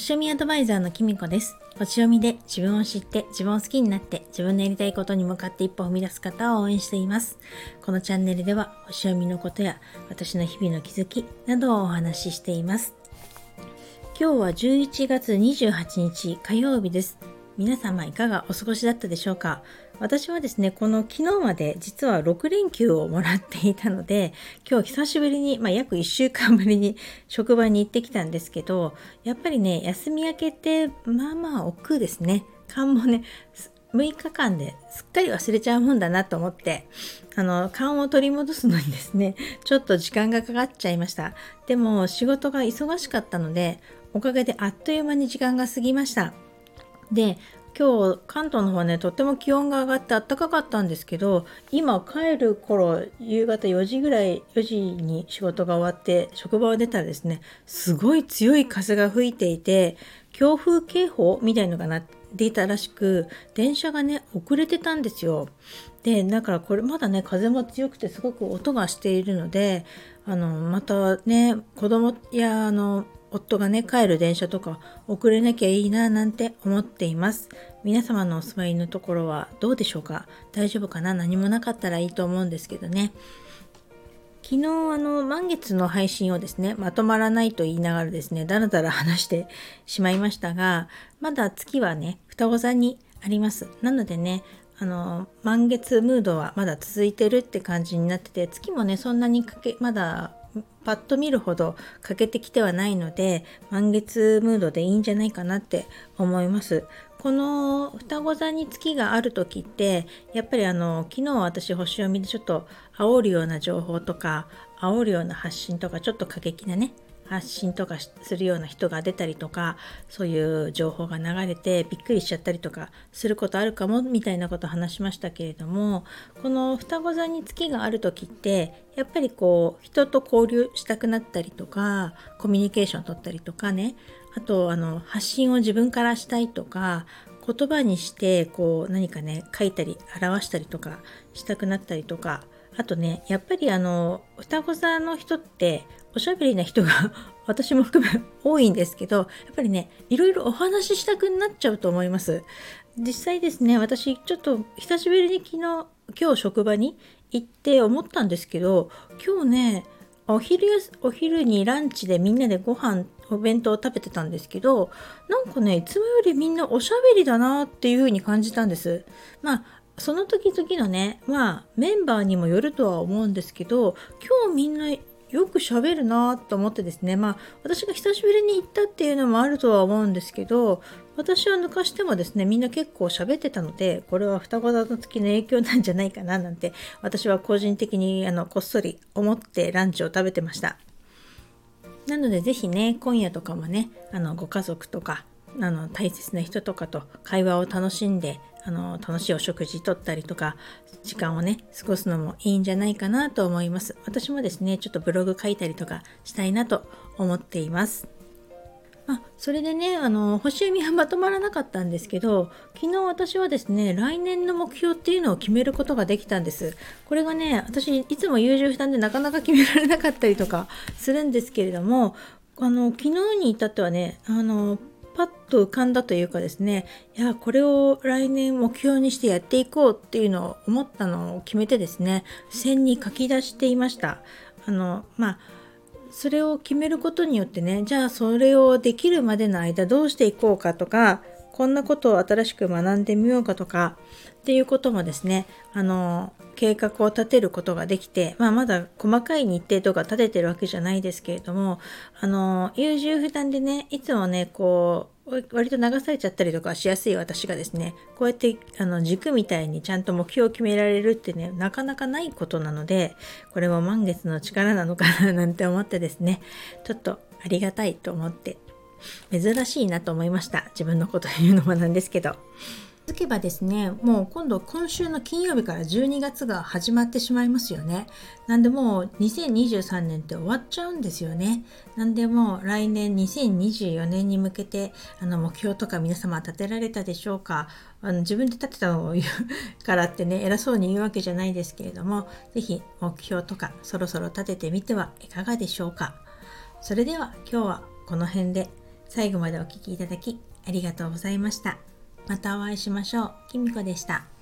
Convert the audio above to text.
星読みアドバイザーのきみこです。星読みで自分を知って自分を好きになって自分のやりたいことに向かって一歩踏み出す方を応援しています。このチャンネルでは星読みのことや私の日々の気づきなどをお話ししています。今日は11月28日火曜日です。皆様いかがお過ごしだったでしょうか。私はですね、この昨日まで実は6連休をもらっていたので、今日久しぶりに、約1週間ぶりに職場に行ってきたんですけど、やっぱりね、休み明けって億劫ですね。勘もね、6日間ですっかり忘れちゃうもんだなと思って、勘を取り戻すのにですね、ちょっと時間がかかっちゃいました。でも仕事が忙しかったので、おかげであっという間に時間が過ぎました。で、今日関東の方はね、とっても気温が上がって暖かかったんですけど、今帰る頃、夕方4時に仕事が終わって職場を出たらですね、すごい強い風が吹いていて、強風警報みたいのが鳴っていたらしく、電車がね遅れてたんですよ。で、だからこれまだね、風も強くてすごく音がしているので、またね、子供や夫がね、帰る電車とか遅れなきゃいいななんて思っています。皆様のお住まいのところはどうでしょうか。大丈夫かな。何もなかったらいいと思うんですけどね。昨日満月の配信をですね、まとまらないと言いながらですね、だらだら話してしまいましたが、まだ月はね、双子座にあります。なのでね、満月ムードはまだ続いてるって感じになってて、月もね、そんなにまだパッと見るほど欠けてきてはないので、満月ムードでいいんじゃないかなって思います。この双子座に月がある時って、やっぱり昨日私星読みでちょっと煽るような情報とか、煽るような発信とか、ちょっと過激なね発信とかするような人が出たりとか、そういう情報が流れてびっくりしちゃったりとかすることあるかもみたいなことを話しましたけれども、この双子座に月がある時ってやっぱり人と交流したくなったりとか、コミュニケーション取ったりとかね、あと発信を自分からしたいとか、言葉にして何かね書いたり表したりとかしたくなったりとか、あとね、やっぱり双子座の人っておしゃべりな人が私も含め多いんですけど、やっぱりね、いろいろお話ししたくなっちゃうと思います。実際ですね、私ちょっと久しぶりに今日職場に行って思ったんですけど、今日ね、お昼にランチでみんなでお弁当を食べてたんですけど、なんかね、いつもよりみんなおしゃべりだなっていう風に感じたんです。その時々のね、メンバーにもよるとは思うんですけど、今日みんなよく喋るなと思ってですね、私が久しぶりに行ったっていうのもあるとは思うんですけど、私は抜かしてもですね、みんな結構喋ってたので、これは双子座の月の影響なんじゃないかななんて、私は個人的にこっそり思ってランチを食べてました。なのでぜひね、今夜とかもね、ご家族とか大切な人とかと会話を楽しんで、楽しいお食事とったりとか時間をね過ごすのもいいんじゃないかなと思います。私もですね、ちょっとブログ書いたりとかしたいなと思っています。それでね、星読みはまとまらなかったんですけど、昨日私はですね、来年の目標っていうのを決めることができたんです。これがね、私いつも優柔不断でなかなか決められなかったりとかするんですけれども、昨日に至ってはね、パッと浮かんだというかですね、これを来年目標にしてやっていこうっていうのを思ったのを決めてですね、線に書き出していました。それを決めることによってね、じゃあそれをできるまでの間どうしていこうかとか、こんなことを新しく学んでみようかとかっていうこともですね、計画を立てることができて、まだ細かい日程とか立ててるわけじゃないですけれども、優柔不断でね、いつもね割と流されちゃったりとかしやすい私がですね、こうやって軸みたいにちゃんと目標を決められるってね、なかなかないことなので、これも満月の力なのかななんて思ってですね、ちょっとありがたいと思って珍しいなと思いました。自分のこと言うのもなんですけど。続けばですね、もう今週の金曜日から12月が始まってしまいますよね。なんでもう2023年って終わっちゃうんですよね。なんでもう来年2024年に向けて目標とか皆様立てられたでしょうか。自分で立てたのを言うからってね、偉そうに言うわけじゃないですけれども、ぜひ目標とかそろそろ立ててみてはいかがでしょうか。それでは今日はこの辺で最後までお聞きいただきありがとうございました。またお会いしましょう。きみこでした。